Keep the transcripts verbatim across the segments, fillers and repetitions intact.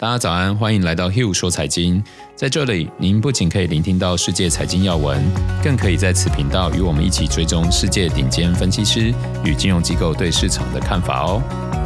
大家早安，欢迎来到 Hugh 说财经。在这里，您不仅可以聆听到世界财经要闻，更可以在此频道与我们一起追踪世界顶尖分析师与金融机构对市场的看法哦。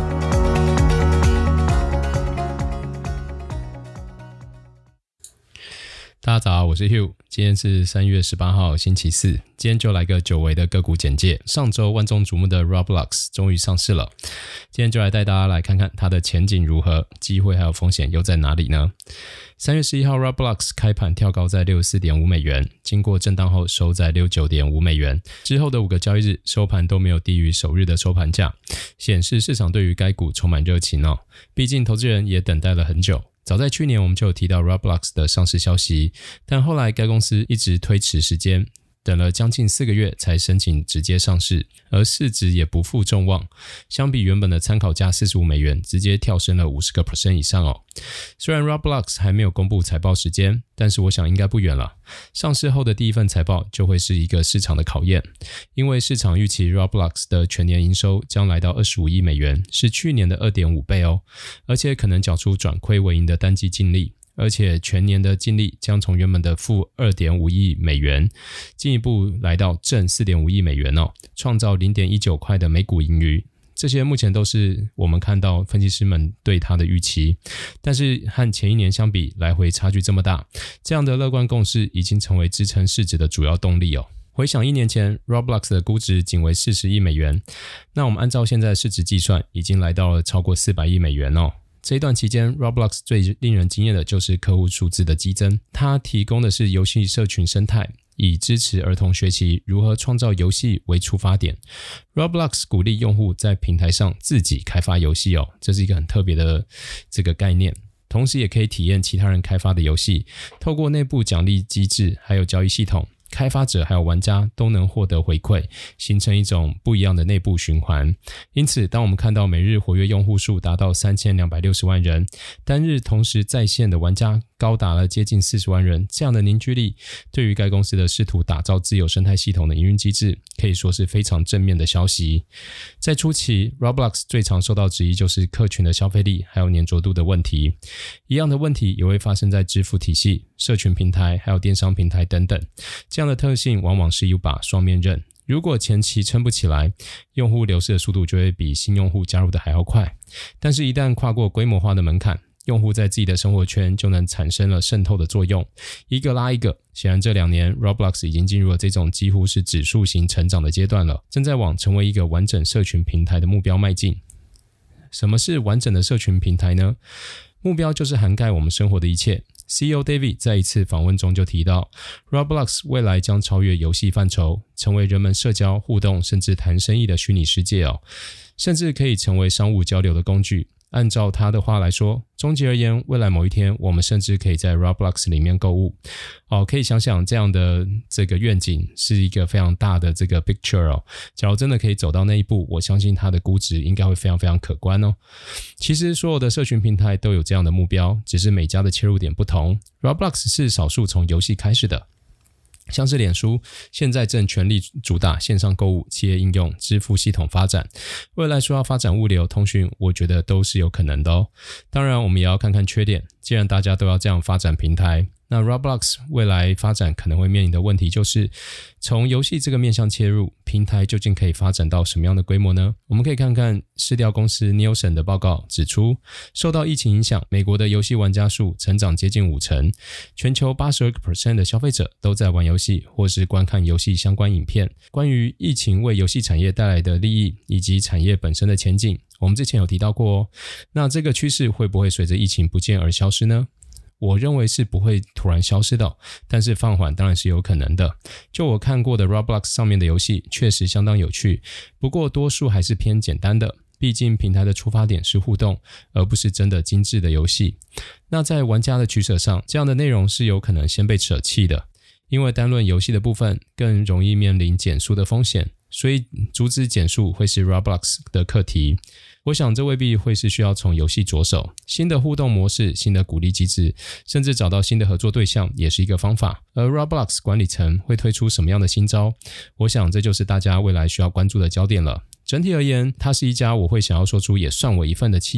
大家早，我是 Hugh， 今天是三月十八号星期四，今天就来个久违的个股简介。上周万众瞩目的 Roblox 终于上市了，今天就来带大家来看看它的前景如何，机会还有风险又在哪里呢？三月十一号 Roblox 开盘跳高在 六十四点五美元，经过震荡后收在 六十九点五美元，之后的五个交易日收盘都没有低于首日的收盘价，显示市场对于该股充满热情哦。毕竟投资人也等待了很久。早在去年我们就有提到 Roblox 的上市消息，但后来该公司一直推迟时间，等了将近四个月才申请直接上市，而市值也不负众望，相比原本的参考价四十五美元，直接跳升了 百分之五十 以上哦。虽然 Roblox 还没有公布财报时间，但是我想应该不远了。上市后的第一份财报就会是一个市场的考验，因为市场预期 Roblox 的全年营收将来到二十五亿美元，是去年的 二点五倍哦，而且可能缴出转亏为盈的单季净利。而且全年的净利将从原本的负 二点五亿美元进一步来到正 四点五亿美元哦，创造 零点一九块的每股盈余。这些目前都是我们看到分析师们对它的预期，但是和前一年相比，来回差距这么大，这样的乐观共识已经成为支撑市值的主要动力哦。回想一年前 Roblox 的估值仅为四十亿美元，那我们按照现在的市值计算，已经来到了超过四百亿美元哦。这一段期间 Roblox 最令人惊艳的就是客户数字的激增，它提供的是游戏社群生态，以支持儿童学习如何创造游戏为出发点。 Roblox 鼓励用户在平台上自己开发游戏哦，这是一个很特别的这个概念，同时也可以体验其他人开发的游戏，透过内部奖励机制还有交易系统，开发者还有玩家都能获得回馈，形成一种不一样的内部循环。因此当我们看到每日活跃用户数达到三千两百六十万人，单日同时在线的玩家高达了接近四十万人，这样的凝聚力对于该公司的试图打造自有生态系统的营运机制可以说是非常正面的消息。在初期 Roblox 最常受到质疑就是客群的消费力还有黏着度的问题，一样的问题也会发生在支付体系、社群平台还有电商平台等等，这样的特性往往是一把双面刃，如果前期撑不起来，用户流失的速度就会比新用户加入的还要快，但是一旦跨过规模化的门槛，用户在自己的生活圈就能产生了渗透的作用，一个拉一个。显然这两年 Roblox 已经进入了这种几乎是指数型成长的阶段了，正在往成为一个完整社群平台的目标迈进。什么是完整的社群平台呢？目标就是涵盖我们生活的一切。C E O David 在一次访问中就提到 Roblox 未来将超越游戏范畴，成为人们社交互动甚至谈生意的虚拟世界哦，甚至可以成为商务交流的工具。按照他的话来说，终极而言，未来某一天我们甚至可以在 Roblox 里面购物哦，可以想想这样的这个愿景是一个非常大的这个 picture 哦。假如真的可以走到那一步，我相信它的估值应该会非常非常可观哦。其实所有的社群平台都有这样的目标，只是每家的切入点不同。Roblox 是少数从游戏开始的，像是脸书现在正全力主打线上购物、企业应用、支付系统发展，未来说要发展物流、通讯，我觉得都是有可能的哦。当然我们也要看看缺点，既然大家都要这样发展平台，那 Roblox 未来发展可能会面临的问题就是从游戏这个面向切入，平台究竟可以发展到什么样的规模呢？我们可以看看市调公司 Nielsen 的报告指出，受到疫情影响，美国的游戏玩家数成长接近五成，全球 百分之八十二 的消费者都在玩游戏或是观看游戏相关影片。关于疫情为游戏产业带来的利益以及产业本身的前景，我们之前有提到过哦。那这个趋势会不会随着疫情不见而消失呢？我认为是不会突然消失的，但是放缓当然是有可能的。就我看过的 Roblox 上面的游戏确实相当有趣，不过多数还是偏简单的，毕竟平台的出发点是互动，而不是真的精致的游戏。那在玩家的取舍上，这样的内容是有可能先被舍弃的，因为单论游戏的部分更容易面临减速的风险，所以阻止减速会是 Roblox 的课题。我想这未必会是需要从游戏着手，新的互动模式、新的鼓励机制，甚至找到新的合作对象也是一个方法。而 Roblox 管理层会推出什么样的新招，我想这就是大家未来需要关注的焦点了。整体而言，它是一家我会想要说出也算我一份的企业，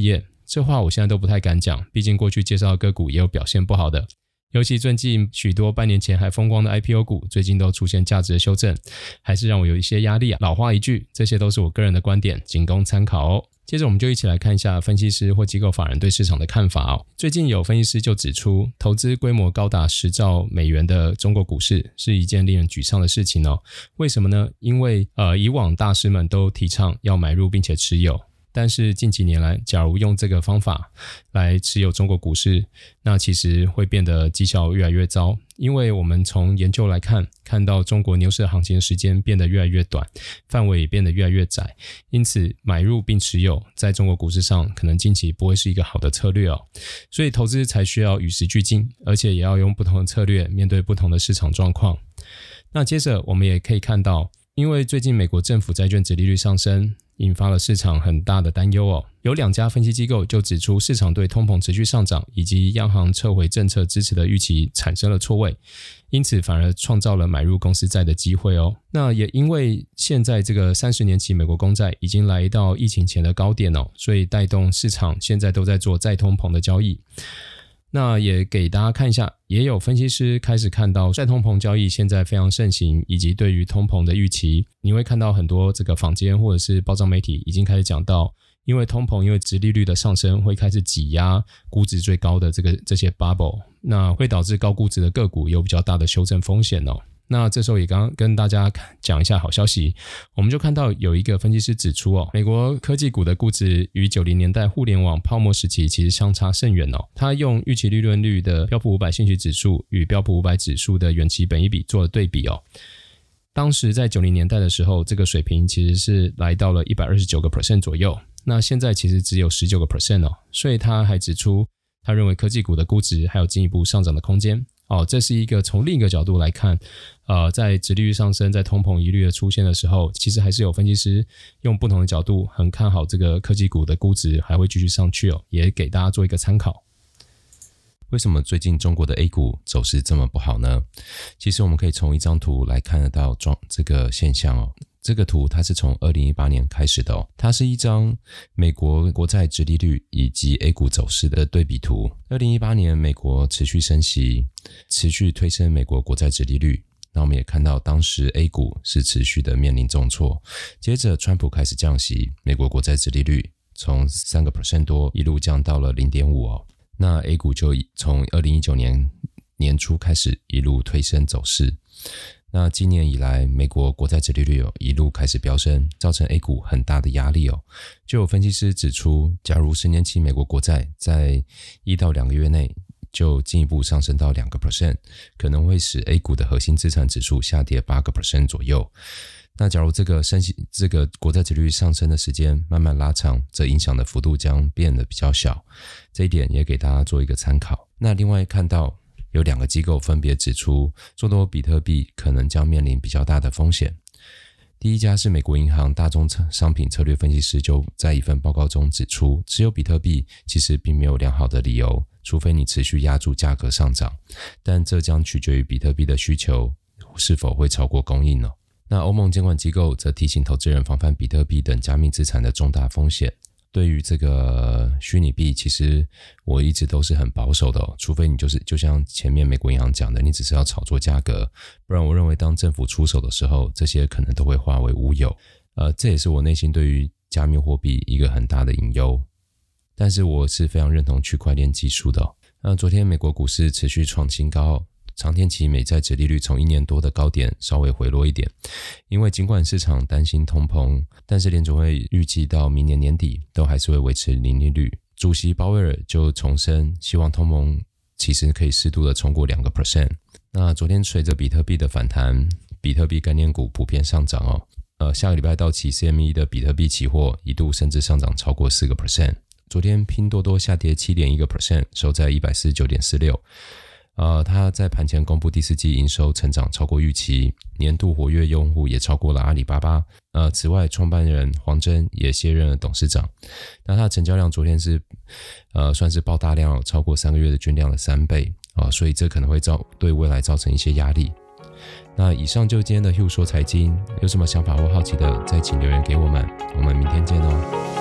这话我现在都不太敢讲，毕竟过去介绍的个股也有表现不好的，尤其最近许多半年前还风光的 I P O 股最近都出现价值的修正，还是让我有一些压力啊。老话一句，这些都是我个人的观点，仅供参考哦。接着我们就一起来看一下分析师或机构法人对市场的看法哦。最近有分析师就指出，投资规模高达十兆美元的中国股市是一件令人沮丧的事情哦。为什么呢？因为呃，以往大师们都提倡要买入并且持有，但是近几年来，假如用这个方法来持有中国股市，那其实会变得绩效越来越糟。因为我们从研究来看，看到中国牛市行情的时间变得越来越短，范围也变得越来越窄，因此买入并持有在中国股市上可能近期不会是一个好的策略哦。所以投资才需要与时俱进，而且也要用不同的策略面对不同的市场状况。那接着我们也可以看到，因为最近美国政府债券殖利率上升，引发了市场很大的担忧哦。有两家分析机构就指出，市场对通膨持续上涨以及央行撤回政策支持的预期产生了错位，因此反而创造了买入公司债的机会哦。那也因为现在这个三十年期美国公债已经来到疫情前的高点哦，所以带动市场现在都在做再通膨的交易。那也给大家看一下，也有分析师开始看到再通膨交易现在非常盛行，以及对于通膨的预期，你会看到很多这个坊间或者是报章媒体已经开始讲到，因为通膨因为殖利率的上升会开始挤压估值最高的这个这些 bubble， 那会导致高估值的个股有比较大的修正风险哦。那这时候也刚刚跟大家讲一下好消息，我们就看到有一个分析师指出哦，美国科技股的估值与九零年代互联网泡沫时期其实相差甚远哦。他用预期利润率的标普五百兴趣指数与标普五百指数的远期本益比做了对比哦。当时在九零年代的时候，这个水平其实是来到了 百分之一百二十九 左右，那现在其实只有 百分之十九 哦。所以他还指出，他认为科技股的估值还有进一步上涨的空间。哦，这是一个从另一个角度来看，呃，在殖利率上升，在通膨疑虑的出现的时候，其实还是有分析师用不同的角度很看好这个科技股的估值还会继续上去哦，也给大家做一个参考。 为什么最近中国的 A 股走势这么不好呢？其实我们可以从一张图来看得到这个现象哦。这个图它是从二零一八年开始的哦，它是一张美国国债殖利率以及 A 股走势的对比图。二零一八年美国持续升息，持续推升美国国债殖利率，那我们也看到当时 A 股是持续的面临重挫。接着川普开始降息，美国国债殖利率从 百分之三 多一路降到了 零点五 哦。那 A 股就从二零一九年年初开始一路推升走势。那今年以来，美国国债殖利率、哦、一路开始飙升，造成 A 股很大的压力哦。就有分析师指出，假如十年期美国国债在一到两个月内就进一步上升到 百分之二， 可能会使 A 股的核心资产指数下跌 百分之八 左右。那假如这个升息这个国债殖利率上升的时间慢慢拉长，这影响的幅度将变得比较小，这一点也给大家做一个参考。那另外看到有两个机构分别指出，做多比特币可能将面临比较大的风险。第一家是美国银行大宗商品策略分析师就在一份报告中指出，持有比特币其实并没有良好的理由，除非你持续压住价格上涨，但这将取决于比特币的需求是否会超过供应哦。那欧盟监管机构则提醒投资人防范比特币等加密资产的重大风险。对于这个虚拟币，其实我一直都是很保守的哦，除非你就是就像前面美国银行讲的，你只是要炒作价格，不然我认为当政府出手的时候，这些可能都会化为乌有。呃，这也是我内心对于加密货币一个很大的隐忧。但是我是非常认同区块链技术的哦。那昨天美国股市持续创新高，长天期美债殖利率从一年多的高点稍微回落一点，因为尽管市场担心通膨，但是联准会预计到明年年底都还是会维持零利率。主席鲍威尔就重申，希望通膨其实可以适度的冲过 百分之二。那昨天随着比特币的反弹，比特币概念股普遍上涨哦。呃，下个礼拜到期 C M E 的比特币期货一度甚至上涨超过 百分之四。昨天拼多多下跌 百分之七点一， 收在 一百四十九点四六。呃，他在盘前公布第四季营收成长超过预期，年度活跃用户也超过了阿里巴巴。呃，此外，创办人黄峥也卸任了董事长。那他的成交量昨天是呃算是爆大量，超过三个月的均量的三倍啊、呃，所以这可能会造对未来造成一些压力。那以上就是今天的 Hugh 说财经，有什么想法或好奇的，再请留言给我们，我们明天见哦。